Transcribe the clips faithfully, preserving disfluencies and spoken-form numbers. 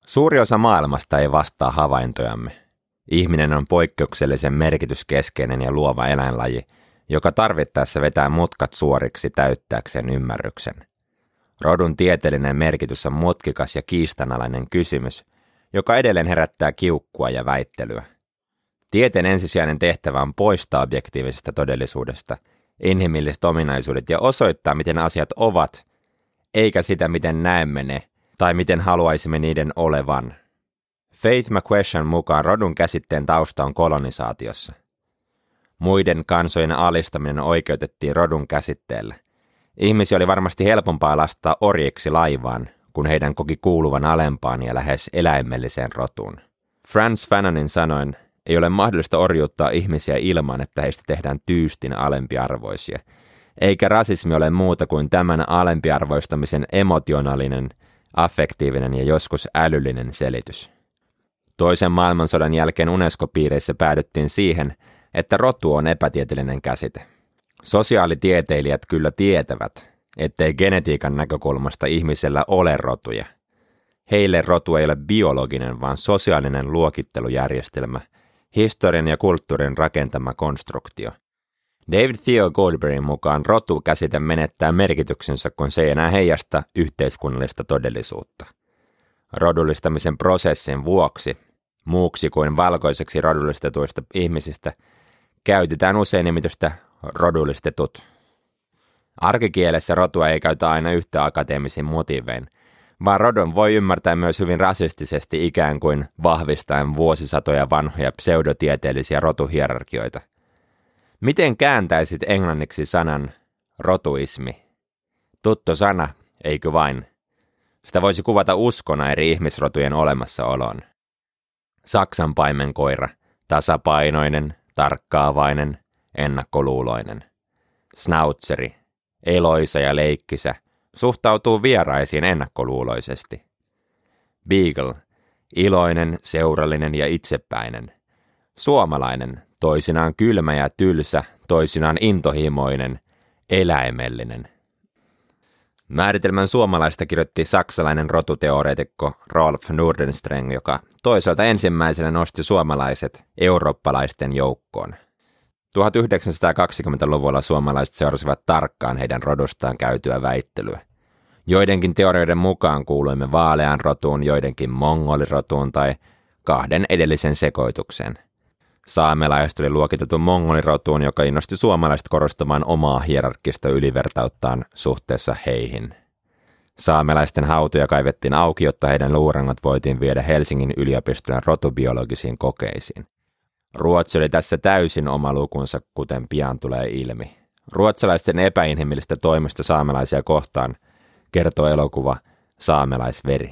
Suuri osa maailmasta ei vastaa havaintojamme. Ihminen on poikkeuksellisen merkityskeskeinen ja luova eläinlaji, joka tarvittaessa vetää mutkat suoriksi täyttääkseen ymmärryksen. Rodun tieteellinen merkitys on mutkikas ja kiistanalainen kysymys, joka edelleen herättää kiukkua ja väittelyä. Tieteen ensisijainen tehtävä on poistaa objektiivisesta todellisuudesta inhimilliset ominaisuudet ja osoittaa, miten asiat ovat, eikä sitä, miten näemme ne tai miten haluaisimme niiden olevan. Faith McQuestion mukaan rodun käsitteen tausta on kolonisaatiossa. Muiden kansojen alistaminen oikeutettiin rodun käsitteelle. Ihmisiä oli varmasti helpompaa lastaa orjiksi laivaan, kun heidän koki kuuluvan alempaan ja lähes eläimelliseen rotuun. Frantz Fanonin sanoin, ei ole mahdollista orjuuttaa ihmisiä ilman, että heistä tehdään tyystin alempiarvoisia. Eikä rasismi ole muuta kuin tämän alempiarvoistamisen emotionaalinen, affektiivinen ja joskus älyllinen selitys. Toisen maailmansodan jälkeen UNESCO-piireissä päädyttiin siihen, että rotu on epätieteellinen käsite. Sosiaalitieteilijät kyllä tietävät, ettei genetiikan näkökulmasta ihmisellä ole rotuja. Heille rotu ei ole biologinen, vaan sosiaalinen luokittelujärjestelmä, historian ja kulttuurin rakentama konstruktio. David Theo Goldbergin mukaan rotu-käsite menettää merkityksensä, kun se ei enää heijasta yhteiskunnallista todellisuutta. Rodullistamisen prosessin vuoksi, muuksi kuin valkoiseksi rodullistetuista ihmisistä, käytetään usein nimitystä rodullistetut. Arkikielessä rotua ei käytä aina yhtä akateemisin motiivein, vaan rodun voi ymmärtää myös hyvin rasistisesti ikään kuin vahvistaen vuosisatoja vanhoja pseudotieteellisiä rotuhierarkioita. Miten kääntäisit englanniksi sanan rotuismi? Tuttu sana, eikö vain? Sitä voisi kuvata uskona eri ihmisrotujen olemassaoloon. Saksan paimenkoira, tasapainoinen, tarkkaavainen, ennakkoluuloinen. Snautseri, eloisa ja leikkisä, suhtautuu vieraisiin ennakkoluuloisesti. Beagle, iloinen, seurallinen ja itsepäinen. Suomalainen, toisinaan kylmä ja tylsä, toisinaan intohimoinen, eläimellinen. Määritelmän suomalaista kirjoitti saksalainen rotuteoreetikko Rolf Nordenstreng, joka toisaalta ensimmäisenä nosti suomalaiset eurooppalaisten joukkoon. tuhatyhdeksänsataakaksikymmentäluvulla suomalaiset seurasivat tarkkaan heidän rodustaan käytyä väittelyä. Joidenkin teorioiden mukaan kuuluimme vaalean rotuun, joidenkin mongolirotuun tai kahden edellisen sekoitukseen. Saamelaiset oli luokiteltu mongolirotuun, joka innosti suomalaiset korostamaan omaa hierarkkista ylivertauttaan suhteessa heihin. Saamelaisten hautoja kaivettiin auki, jotta heidän luurangot voitiin viedä Helsingin yliopiston rotubiologisiin kokeisiin. Ruotsi oli tässä täysin oma lukunsa, kuten pian tulee ilmi. Ruotsalaisten epäinhimillistä toimista saamelaisia kohtaan kertoo elokuva Saamelaisveri.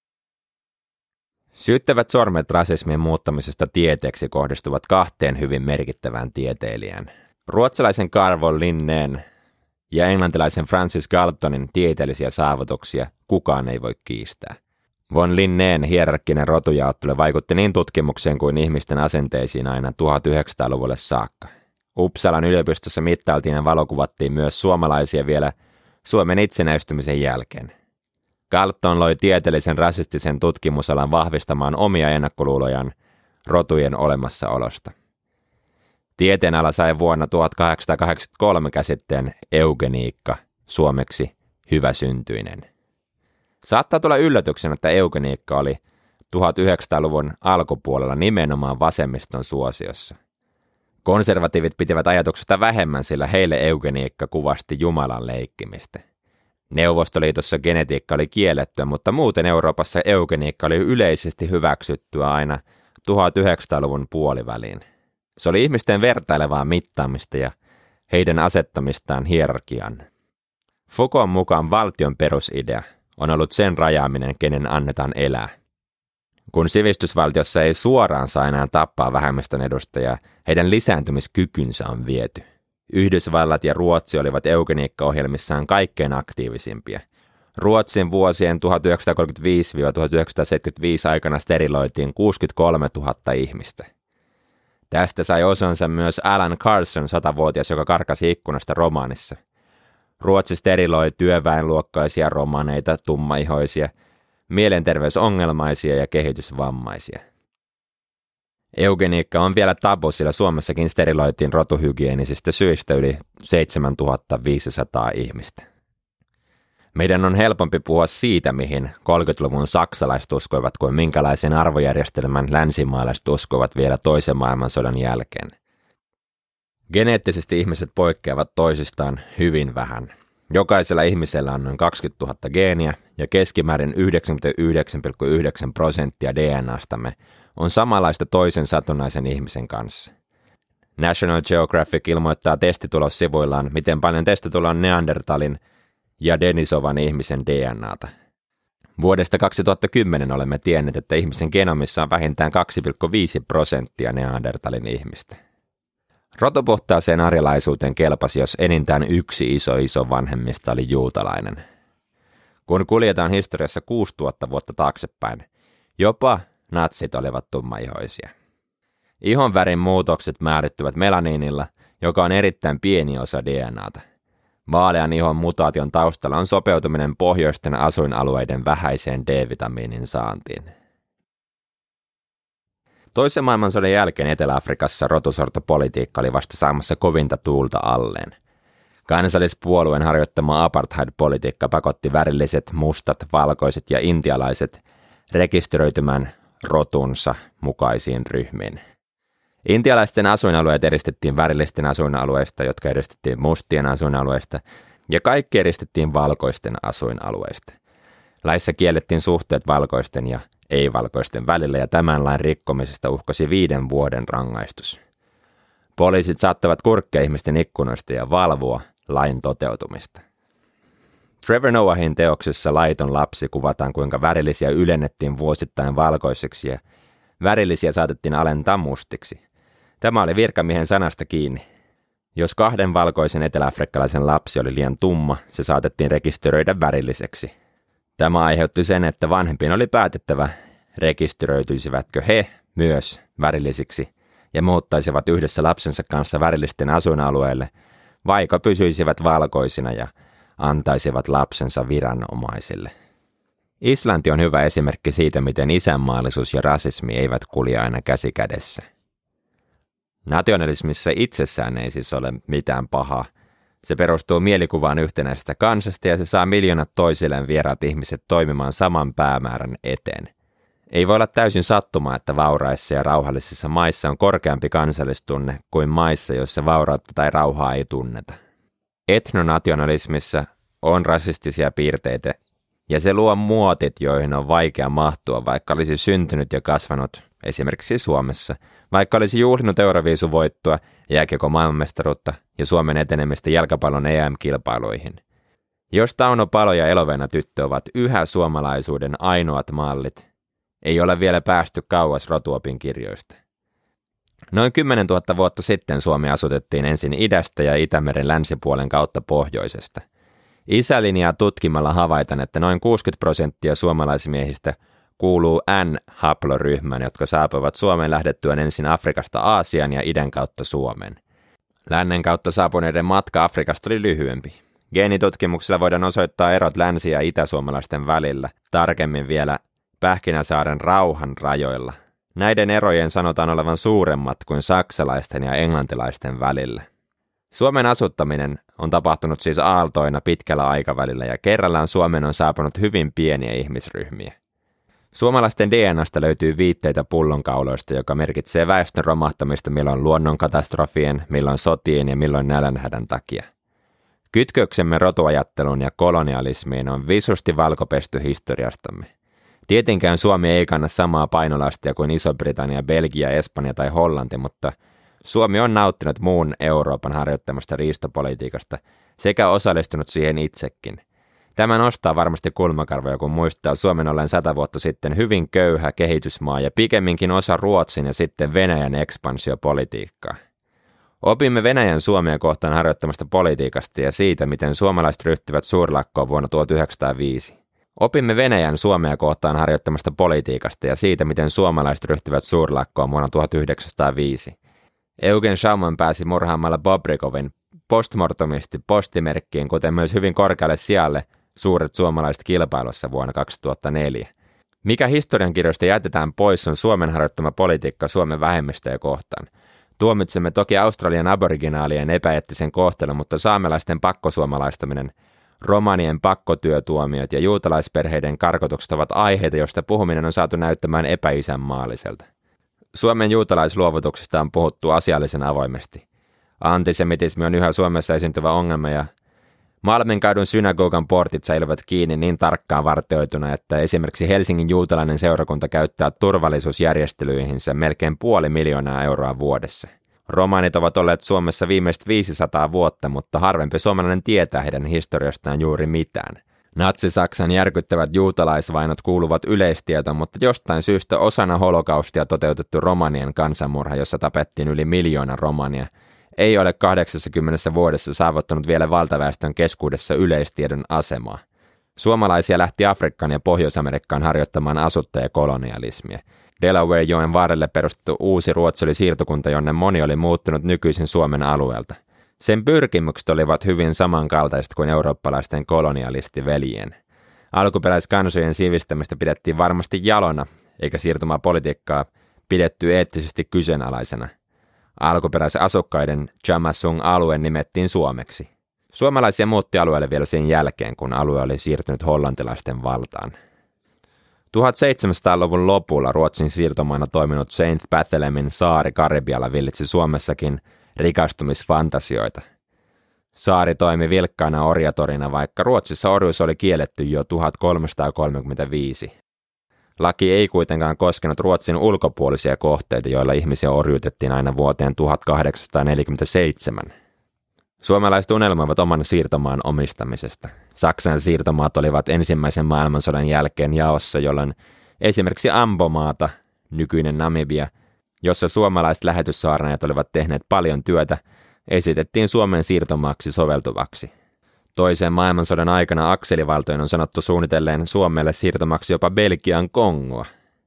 Syyttävät sormet rasismin muuttamisesta tieteeksi kohdistuvat kahteen hyvin merkittävään tieteilijään. Ruotsalaisen Carl von Linnén ja englantilaisen Francis Galtonin tieteellisiä saavutuksia kukaan ei voi kiistää. Von Linnén hierarkkinen rotujaottelu vaikutti niin tutkimukseen kuin ihmisten asenteisiin aina tuhatyhdeksänsataaluvulle saakka. Uppsalan yliopistossa mittailtiin ja valokuvattiin myös suomalaisia vielä Suomen itsenäistymisen jälkeen. Galton loi tieteellisen rasistisen tutkimusalan vahvistamaan omia ennakkoluulojaan rotujen olemassaolosta. Tieteenala sai vuonna tuhatkahdeksansataakahdeksankymmentäkolme käsitteen eugeniikka, suomeksi hyväsyntyinen. Saattaa tulla yllätyksenä, että eugeniikka oli tuhatyhdeksänsataaluvun alkupuolella nimenomaan vasemmiston suosiossa. Konservatiivit pitivät ajatuksesta vähemmän, sillä heille eugeniikka kuvasti Jumalan leikkimistä. Neuvostoliitossa genetiikka oli kiellettyä, mutta muuten Euroopassa eugeniikka oli yleisesti hyväksyttyä aina tuhatyhdeksänsataaluvun puoliväliin. Se oli ihmisten vertailevaa mittaamista ja heidän asettamistaan hierarkiaan. Foucaultin mukaan valtion perusidea on ollut sen rajaaminen, kenen annetaan elää. Kun sivistysvaltiossa ei suoraan saa enää tappaa vähemmistön edustajaa, heidän lisääntymiskykynsä on viety. Yhdysvallat ja Ruotsi olivat eugeniikkaohjelmissaan kaikkein aktiivisimpia. Ruotsin vuosien tuhatyhdeksänsataakolmekymmentäviisi–tuhatyhdeksänsataaseitsemänkymmentäviisi aikana steriloitiin kuusikymmentäkolmetuhatta ihmistä. Tästä sai osansa myös Alan Carson, satavuotias, joka karkasi ikkunasta romaanissa. Ruotsi steriloi työväenluokkaisia romaneita, tummaihoisia, mielenterveysongelmaisia ja kehitysvammaisia. Eugeniikka on vielä tabu, sillä Suomessakin steriloitiin rotuhygienisistä syistä yli seitsemäntuhatta viisisataa ihmistä. Meidän on helpompi puhua siitä, mihin kolmekymmentäluvun saksalaiset uskoivat, kuin minkälaisen arvojärjestelmän länsimaalaiset uskoivat vielä toisen maailmansodan jälkeen. Geneettisesti ihmiset poikkeavat toisistaan hyvin vähän. Jokaisella ihmisellä on noin kaksikymmentätuhatta geeniä ja keskimäärin yhdeksänkymmentäyhdeksän pilkku yhdeksän prosenttia D N A:stamme on samanlaista toisen satunnaisen ihmisen kanssa. National Geographic ilmoittaa testitulossivuillaan, miten paljon testitulla on Neandertalin ja Denisovan ihmisen D N A:ta. Vuodesta kaksituhattakymmenen olemme tienneet, että ihmisen genomissa on vähintään kaksi pilkku viisi prosenttia Neandertalin ihmistä. Rotupuhtaaseen arjalaisuuteen kelpasi, jos enintään yksi iso iso vanhemmista oli juutalainen. Kun kuljetaan historiassa kuusituhatta vuotta taaksepäin, jopa natsit olivat tummaihoisia. Ihon värin muutokset määrittyvät melaniinilla, joka on erittäin pieni osa D N A:ta. Vaalean ihon mutaation taustalla on sopeutuminen pohjoisten asuinalueiden vähäiseen D-vitamiinin saantiin. Toisen maailmansodan jälkeen Etelä-Afrikassa rotusortopolitiikka oli vasta saamassa kovinta tuulta alleen. Kansallispuolueen harjoittama apartheid-politiikka pakotti värilliset, mustat, valkoiset ja intialaiset rekisteröitymään rotunsa mukaisiin ryhmiin. Intialaisten asuinalueet eristettiin värillisten asuinalueista, jotka eristettiin mustien asuinalueista, ja kaikki eristettiin valkoisten asuinalueista. Laissa kiellettiin suhteet valkoisten ja ei-valkoisten välillä, ja tämän lain rikkomisesta uhkasi viiden vuoden rangaistus. Poliisit saattavat kurkkia ihmisten ikkunoista ja valvoa lain toteutumista. Trevor Noahin teoksessa Laiton lapsi kuvataan, kuinka värillisiä ylennettiin vuosittain valkoisiksi ja värillisiä saatettiin alentaa mustiksi. Tämä oli virkamiehen sanasta kiinni. Jos kahden valkoisen eteläafrikkalaisen lapsi oli liian tumma, se saatettiin rekisteröidä värilliseksi. Tämä aiheutti sen, että vanhempien oli päätettävä, rekisteröityisivätkö he myös värillisiksi ja muuttaisivat yhdessä lapsensa kanssa värillisten asuinalueelle, vaiko pysyisivät valkoisina ja antaisivat lapsensa viranomaisille. Islanti on hyvä esimerkki siitä, miten isänmaallisuus ja rasismi eivät kulje aina käsi kädessä. Nationalismissa itsessään ei siis ole mitään pahaa. Se perustuu mielikuvaan yhtenäisestä kansasta ja se saa miljoonat toisilleen vieraat ihmiset toimimaan saman päämäärän eteen. Ei voi olla täysin sattumaa, että vauraissa ja rauhallisissa maissa on korkeampi kansallistunne kuin maissa, joissa vaurautta tai rauhaa ei tunneta. Etnonationalismissa on rasistisia piirteitä ja se luo muotit, joihin on vaikea mahtua, vaikka olisi syntynyt ja kasvanut esimerkiksi Suomessa, vaikka olisi juhlinut Euroviisuvoittoa, jääkiekon maailmanmestaruutta ja Suomen etenemistä jalkapallon E M-kilpailuihin. Jos Tauno Palo ja Eloveena tyttö ovat yhä suomalaisuuden ainoat mallit, ei ole vielä päästy kauas rotuopin kirjoista. Noin kymmenentuhatta vuotta sitten Suomi asutettiin ensin idästä ja Itämeren länsipuolen kautta pohjoisesta. Isälinjaa tutkimalla havaitaan, että noin kuusikymmentä prosenttia suomalaismiehistä kuuluu N-haploryhmään, jotka saapuivat Suomeen lähdettyään ensin Afrikasta Aasian ja idän kautta Suomeen. Lännen kautta saapuneiden matka Afrikasta oli lyhyempi. Geenitutkimuksella voidaan osoittaa erot länsi- ja itäsuomalaisten välillä, tarkemmin vielä Pähkinäsaaren rauhan rajoilla. Näiden erojen sanotaan olevan suuremmat kuin saksalaisten ja englantilaisten välillä. Suomen asuttaminen on tapahtunut siis aaltoina pitkällä aikavälillä ja kerrallaan Suomeen on saapunut hyvin pieniä ihmisryhmiä. Suomalaisten D N A:sta löytyy viitteitä pullonkauloista, joka merkitsee väestön romahtamista milloin luonnonkatastrofien, milloin sotien ja milloin nälänhädän takia. Kytköksemme rotuajatteluun ja kolonialismiin on visusti valkopesty historiastamme. Tietenkään Suomi ei kanna samaa painolastia kuin Iso-Britannia, Belgia, Espanja tai Hollanti, mutta Suomi on nauttinut muun Euroopan harjoittamasta riistopolitiikasta sekä osallistunut siihen itsekin. Tämä nostaa varmasti kulmakarvoja, kun muistaa Suomen ollen sata vuotta sitten hyvin köyhä kehitysmaa ja pikemminkin osa Ruotsin ja sitten Venäjän ekspansiopolitiikkaa. Opimme Venäjän Suomea kohtaan harjoittamasta politiikasta ja siitä, miten suomalaiset ryhtyivät suurlakkoon vuonna tuhatyhdeksänsataaviisi. Opimme Venäjän Suomea kohtaan harjoittamasta politiikasta ja siitä, miten suomalaiset ryhtyivät suurlakkoon vuonna tuhatyhdeksänsataaviisi. Eugen Schauman pääsi murhaamalla Bobrikovin postmortomisti postimerkkiin, kuten myös hyvin korkealle sijalle suuret suomalaiset kilpailussa vuonna kaksituhattaneljä. Mikä historiankirjoista jätetään pois on Suomen harjoittama politiikka Suomen vähemmistöjä kohtaan. Tuomitsemme toki Australian aboriginaalien epäeettisen kohtelun, mutta saamelaisten pakkosuomalaistaminen, romanien pakkotyötuomiot ja juutalaisperheiden karkotukset ovat aiheita, joista puhuminen on saatu näyttämään epäisänmaalliselta. Suomen juutalaisluovutuksista on puhuttu asiallisen avoimesti. Antisemitismi on yhä Suomessa esiintyvä ongelma ja Malminkaidun synagogan portit säilyvät kiinni niin tarkkaan vartioituna, että esimerkiksi Helsingin juutalainen seurakunta käyttää turvallisuusjärjestelyihinsä melkein puoli miljoonaa euroa vuodessa. Romanit ovat olleet Suomessa viimeiset viisisataa vuotta, mutta harvempi suomalainen tietää heidän historiastaan juuri mitään. Natsi-Saksan järkyttävät juutalaisvainot kuuluvat yleistietoon, mutta jostain syystä osana holokaustia toteutettu romanien kansanmurha, jossa tapettiin yli miljoona romania, ei ole kahdeksankymmentä vuodessa saavuttanut vielä valtaväestön keskuudessa yleistiedon asemaa. Suomalaisia lähti Afrikkaan ja Pohjois-Amerikkaan harjoittamaan asuttajakolonialismia. Delaware-joen varrelle perustettu uusi Ruotsi oli siirtokunta, jonne moni oli muuttunut nykyisen Suomen alueelta. Sen pyrkimykset olivat hyvin samankaltaiset kuin eurooppalaisten kolonialistiveljen. Alkuperäiskansojen sivistämistä pidettiin varmasti jalona, eikä siirtomapolitiikkaa pidetty eettisesti kyseenalaisena. Alkuperäisasukkaiden Chamasung-alue nimettiin Suomeksi. Suomalaisia muutti alueelle vielä sen jälkeen, kun alue oli siirtynyt hollantilaisten valtaan. tuhatseitsemänsataaluvun lopulla Ruotsin siirtomaana toiminut Saint Bartholomewn saari Karibialla villitsi Suomessakin rikastumisfantasioita. Saari toimi vilkkaana orjatorina, vaikka Ruotsissa orjuus oli kielletty jo tuhatkolmesataakolmekymmentäviisi. Laki ei kuitenkaan koskenut Ruotsin ulkopuolisia kohteita, joilla ihmisiä orjuutettiin aina vuoteen tuhatkahdeksansataaneljäkymmentäseitsemän. Suomalaiset unelmoivat oman siirtomaan omistamisesta. Saksan siirtomaat olivat ensimmäisen maailmansodan jälkeen jaossa, jolloin esimerkiksi Ambomaata, nykyinen Namibia, jossa suomalaiset lähetyssaarnaajat olivat tehneet paljon työtä, esitettiin Suomen siirtomaaksi soveltuvaksi. Toisen maailmansodan aikana akselivaltojen on sanottu suunnitelleen Suomelle siirtomaksi jopa Belgian Kongoa.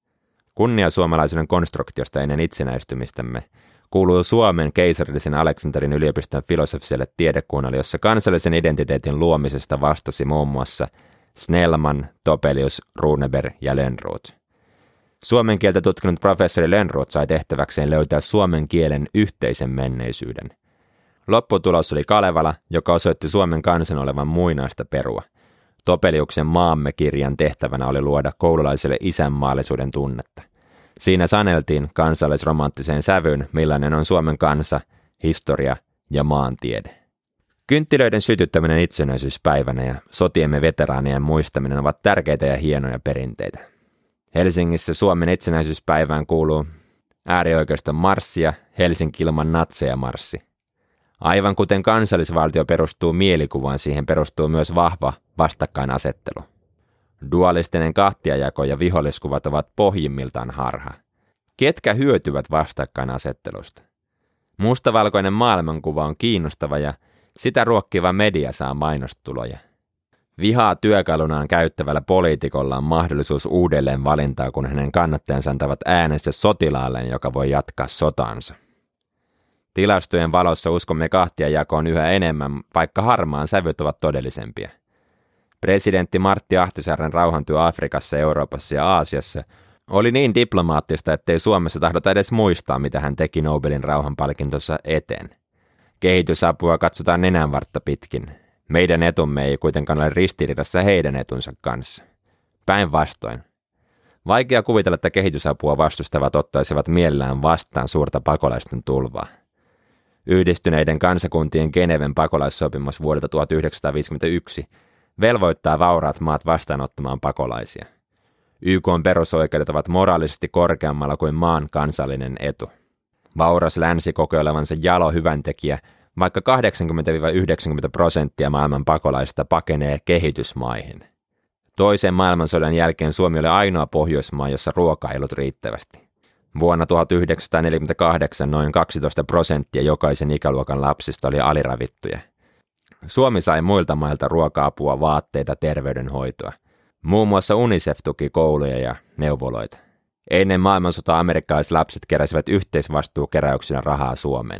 Kunnia suomalaisuuden konstruktiosta ennen itsenäistymistämme kuuluu Suomen keisarillisen Aleksanterin yliopiston filosofiselle tiedekunnalle, jossa kansallisen identiteetin luomisesta vastasi muun muassa Snellman, Topelius, Runeberg ja Lönnrot. Suomen kieltä tutkinut professori Lönnrot sai tehtäväkseen löytää suomen kielen yhteisen menneisyyden. Lopputulos oli Kalevala, joka osoitti Suomen kansan olevan muinaista perua. Topeliuksen Maamme-kirjan tehtävänä oli luoda koululaisille isänmaallisuuden tunnetta. Siinä saneltiin kansallisromanttiseen sävyyn, millainen on Suomen kansa, historia ja maantiede. Kynttilöiden sytyttäminen itsenäisyyspäivänä ja sotiemme veteraanien muistaminen ovat tärkeitä ja hienoja perinteitä. Helsingissä Suomen itsenäisyyspäivään kuuluu äärioikeiston marssi ja Helsinki ilman natseja marssi. Aivan kuten kansallisvaltio perustuu mielikuvaan, siihen perustuu myös vahva vastakkainasettelu. Dualistinen kahtiajako ja viholliskuvat ovat pohjimmiltaan harha. Ketkä hyötyvät vastakkainasettelusta? Mustavalkoinen maailmankuva on kiinnostava ja sitä ruokkiva media saa mainostuloja. Vihaa työkalunaan käyttävällä poliitikolla on mahdollisuus uudelleen valintaa, kun hänen kannattajansa antavat äänensä sotilaalleen, joka voi jatkaa sotaansa. Tilastojen valossa uskomme kahtiajakoon yhä enemmän, vaikka harmaan sävyt ovat todellisempia. Presidentti Martti Ahtisaaren rauhantyö Afrikassa, Euroopassa ja Aasiassa oli niin diplomaattista, ettei Suomessa tahdota edes muistaa, mitä hän teki Nobelin rauhanpalkintonsa eteen. Kehitysapua katsotaan nenänvartta pitkin. Meidän etumme ei kuitenkaan ole ristiriidassa heidän etunsa kanssa. Päinvastoin. Vaikea kuvitella, että kehitysapua vastustavat ottaisivat mielellään vastaan suurta pakolaisten tulvaa. Yhdistyneiden kansakuntien Geneven pakolaissopimus vuodelta tuhatyhdeksänsataaviisikymmentäyksi velvoittaa vauraat maat vastaanottamaan pakolaisia. Y K:n perusoikeudet ovat moraalisesti korkeammalla kuin maan kansallinen etu. Vauras länsi kokee olevansa jalo hyväntekijä, vaikka kahdeksankymmentä–yhdeksänkymmentä prosenttia maailman pakolaisista pakenee kehitysmaihin. Toisen maailmansodan jälkeen Suomi oli ainoa Pohjoismaa, jossa ruokaa ei ollut riittävästi. Vuonna tuhatyhdeksänsataaneljäkymmentäkahdeksan noin kaksitoista prosenttia jokaisen ikäluokan lapsista oli aliravittuja. Suomi sai muilta mailta ruoka-apua, vaatteita, terveydenhoitoa. Muun muassa UNICEF tuki kouluja ja neuvoloita. Ennen maailmansotaa amerikkalaiset lapset keräsivät yhteisvastuukeräyksinä rahaa Suomeen.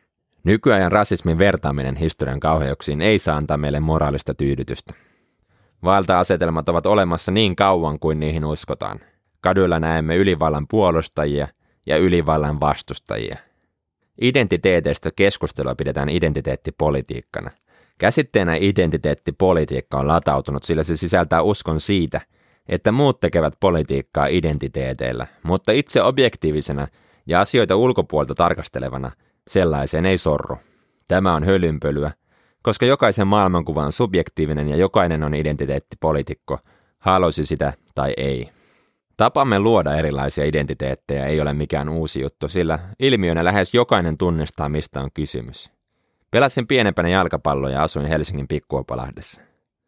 Nykyajan rasismin vertaaminen historian kauheuksiin ei saa antaa meille moraalista tyydytystä. Valta-asetelmat ovat olemassa niin kauan kuin niihin uskotaan. Kaduilla näemme ylivallan puolustajia ja ylivallan vastustajia. Identiteeteistä keskustelua pidetään identiteettipolitiikkana. Käsitteenä identiteettipolitiikka on latautunut, sillä se sisältää uskon siitä, että muut tekevät politiikkaa identiteeteillä, mutta itse objektiivisena ja asioita ulkopuolta tarkastelevana sellaiseen ei sorru. Tämä on hölynpölyä, koska jokaisen maailmankuva on subjektiivinen ja jokainen on identiteettipoliitikko, halusi sitä tai ei. Tapamme luoda erilaisia identiteettejä ei ole mikään uusi juttu, sillä ilmiönä lähes jokainen tunnistaa, mistä on kysymys. Pelasin pienempänä jalkapalloa ja asuin Helsingin Pikkuopolahdessa.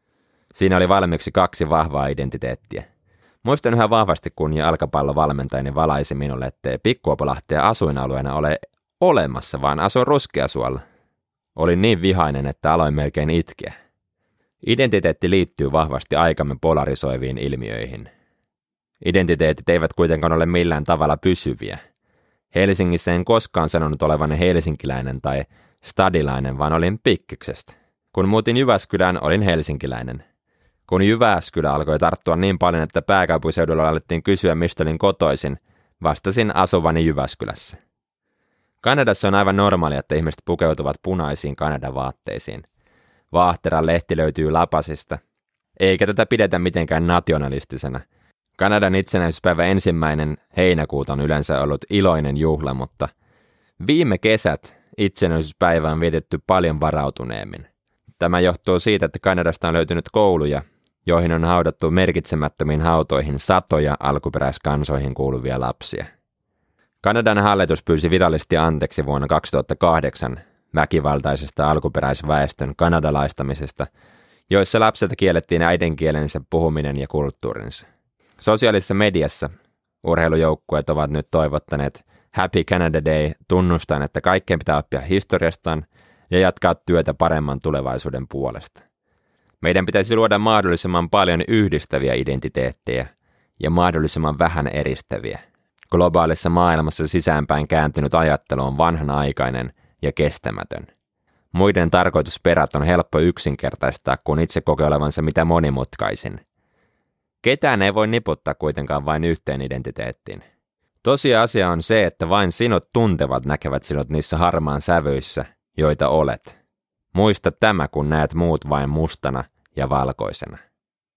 Siinä oli valmiiksi kaksi vahvaa identiteettiä. Muistan yhä vahvasti, kun jalkapallovalmentajani valaisi minulle, ettei Pikkuopolahtea asuinalueena ole olemassa, vaan asuin Ruskeasuolla. Olin niin vihainen, että aloin melkein itkeä. Identiteetti liittyy vahvasti aikamme polarisoiviin ilmiöihin. Identiteetit eivät kuitenkaan ole millään tavalla pysyviä. Helsingissä en koskaan sanonut olevani helsinkiläinen tai stadilainen, vaan olin Pikkyksestä. Kun muutin Jyväskylään, olin helsinkiläinen. Kun Jyväskylä alkoi tarttua niin paljon, että pääkaupunkiseudulla alettiin kysyä, mistä olin kotoisin, vastasin asuvani Jyväskylässä. Kanadassa on aivan normaalia, että ihmiset pukeutuvat punaisiin Kanadan vaatteisiin. Vaahteran lehti löytyy lapasista, eikä tätä pidetä mitenkään nationalistisena. Kanadan itsenäisyyspäivä ensimmäinen heinäkuuta on yleensä ollut iloinen juhla, mutta viime kesät itsenäisyyspäivä on vietetty paljon varautuneemmin. Tämä johtuu siitä, että Kanadasta on löytynyt kouluja, joihin on haudattu merkitsemättömiin hautoihin satoja alkuperäiskansoihin kuuluvia lapsia. Kanadan hallitus pyysi virallisesti anteeksi vuonna kaksituhattakahdeksan väkivaltaisesta alkuperäisväestön kanadalaistamisesta, joissa lapset kiellettiin äidinkielensä puhuminen ja kulttuurinsa. Sosiaalisessa mediassa urheilujoukkueet ovat nyt toivottaneet Happy Canada Day tunnustaen, että kaikkeen pitää oppia historiastaan ja jatkaa työtä paremman tulevaisuuden puolesta. Meidän pitäisi luoda mahdollisimman paljon yhdistäviä identiteettejä ja mahdollisimman vähän eristäviä. Globaalissa maailmassa sisäänpäin kääntynyt ajattelu on vanhanaikainen ja kestämätön. Muiden tarkoitusperät on helppo yksinkertaistaa, kun itse kokee olevansa mitä monimutkaisin. Ketään ei voi niputtaa kuitenkaan vain yhteen identiteettiin. Tosiasia on se, että vain sinut tuntevat näkevät sinut niissä harmaan sävyissä, joita olet. Muista tämä, kun näet muut vain mustana ja valkoisena.